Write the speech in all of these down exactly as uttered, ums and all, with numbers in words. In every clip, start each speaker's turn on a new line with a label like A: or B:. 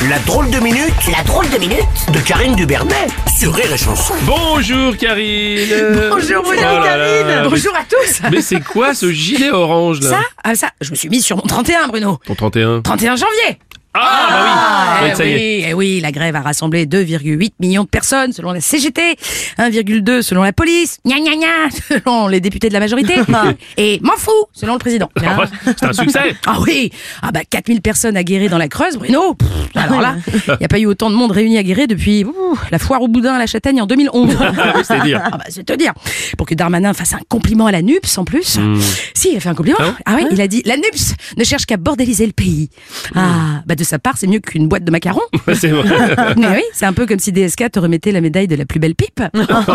A: La drôle de minute, la drôle de minute de Karine Dubernet sur Rire et Chanson.
B: Bonjour Karine.
C: Bonjour Bruno,
B: Oh là là,
C: Karine.
B: mais-
C: Bonjour à tous.
B: Mais c'est quoi ce gilet orange là?
C: Ça, ah, ça, je me suis mis sur mon trente et un, Bruno.
B: Ton trente et un.
C: trente et un janvier.
B: Ah, bah oui,
C: eh
B: Ouais, ça y est.
C: oui, eh oui, la grève a rassemblé deux virgule huit millions de personnes selon la C G T, un virgule deux selon la police, gna gna gna selon les députés de la majorité, et m'en fous selon le président.
B: Ah ouais, c'est un succès.
C: Ah oui, ah bah quatre mille personnes aguerrées dans la Creuse, Bruno. Pff, alors là, il n'y a pas eu autant de monde réuni aguerré depuis ouh, la foire au boudin à la Châtaigne en deux mille onze.
B: Ah oui, c'est dire.
C: Ah bah c'est te dire. Pour que Darmanin fasse un compliment à la N U P S en plus. Si, il a fait un compliment.
B: Ah bon
C: Ah oui, il a dit la N U P S ne cherche qu'à bordéliser le pays. Ah, bah de sa part, c'est mieux qu'une boîte de macarons.
B: C'est vrai.
C: Mais oui, c'est un peu comme si D S K te remettait la médaille de la plus belle pipe.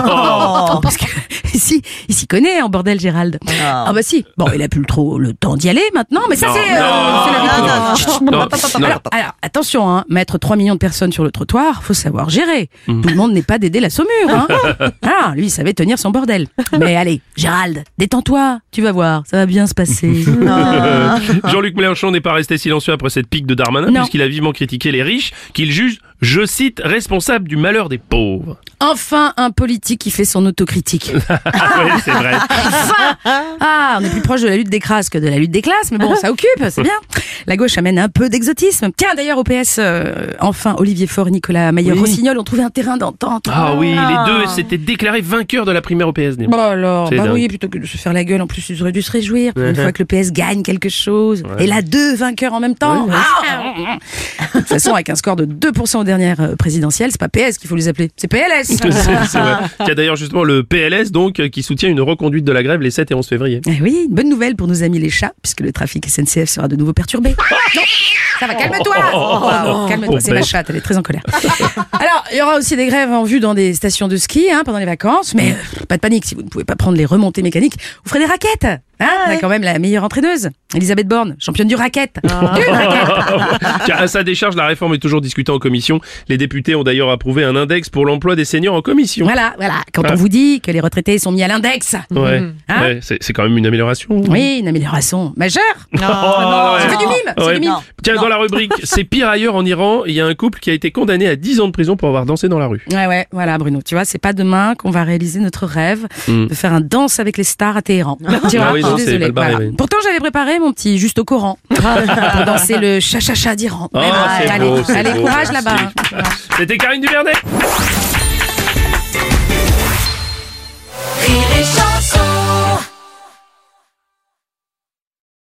C: Parce que ici, il s'y connaît en bordel, Gérald. Ah bah si. Bon, il a plus le trop le temps d'y aller maintenant, mais ça
B: Non,
C: c'est euh,
B: non,
C: c'est la vie
B: non,
C: privée.
B: non,
C: Chut,
B: non,
C: attends, attends,
B: non.
C: Alors, alors, attention, hein, mettre trois millions de personnes sur le trottoir, faut savoir gérer. Tout le monde n'est pas d'aider la saumure. Hein. Ah, lui, il savait tenir son bordel. Mais allez, Gérald, détends-toi. Tu vas voir, ça va bien se passer.
B: Euh, Jean-Luc Mélenchon n'est pas resté silencieux après cette pique de Darmanin,
C: Non.
B: puisqu'il a vivement critiqué les riches, qu'il juge, je cite, responsables du malheur des pauvres.
C: Enfin, un politique qui fait son autocritique.
B: Ah ouais, c'est vrai.
C: Enfin Ah, on est plus proche de la lutte des crasses que de la lutte des classes, mais bon, ça occupe, c'est bien. La gauche amène un peu d'exotisme. Tiens, d'ailleurs, au P S, euh, enfin, Olivier Faure et Nicolas Maillot-Rossignol ont trouvé un terrain d'entente.
B: Ah oui, les deux s'étaient déclarés vainqueurs de la primaire au P S D.
C: Bon alors,
B: C'est
C: bah
B: dingue.
C: oui, plutôt que de se faire la gueule, en plus, ils auraient dû se réjouir. Une
B: Ouais.
C: fois que le P S gagne quelque chose. Et là, deux vainqueurs en même temps.
B: Ouais, ouais.
C: Ah de toute façon, avec un score de deux pour cent aux dernières euh, présidentielles, c'est pas P S qu'il faut les appeler, c'est P L S.
B: C'est c'est vrai. Il y a d'ailleurs justement le P L S donc euh, qui soutient une reconduite de la grève les sept et onze février.
C: Eh oui, une bonne nouvelle pour nos amis les chats, puisque le trafic S N C F sera de nouveau perturbé. Non, ça va, calme-toi.
B: Oh,
C: Oh, calme-toi,
B: oh,
C: c'est ma
B: bête.
C: chatte, elle est très en colère. Alors, il y aura aussi des grèves en vue dans des stations de ski hein, pendant les vacances, mais euh, pas de panique, si vous ne pouvez pas prendre les remontées mécaniques, vous ferez des raquettes. Hein, on a quand même la meilleure entraîneuse, Elisabeth Borne, championne du raquette. Du raquette.
B: Tiens, à sa décharge, la réforme est toujours discutée en commission. Les députés ont d'ailleurs approuvé un index pour l'emploi des seniors en commission.
C: Voilà, voilà. Quand
B: Ah.
C: on vous dit que les retraités sont mis à l'index,
B: Ouais,
C: Hein
B: ouais, c'est c'est quand même une amélioration.
C: oui, une amélioration majeure.
B: Oh,
C: C'est
B: ouais.
C: que du mime, c'est
B: Ouais.
C: du mime.
B: Tiens, dans la rubrique c'est pire ailleurs en Iran, il y a un couple qui a été condamné à dix ans de prison pour avoir dansé dans la rue.
C: Ouais, ouais, voilà, Bruno. Tu vois, c'est pas demain qu'on va réaliser notre rêve
B: Mm.
C: de faire un danse avec les stars à Téhéran. Tu vois,
B: Ah oui,
C: je
B: non,
C: suis
B: c'est
C: désolée.
B: mal barré,
C: Voilà.
B: oui.
C: Pourtant, j'avais préparé mon petit juste au Coran pour danser le cha-cha-cha d'Iran.
B: Oh,
C: Ouais,
B: c'est
C: allez,
B: beau, c'est
C: allez,
B: beau,
C: courage
B: merci.
C: là-bas.
B: C'était Karine Dubernet.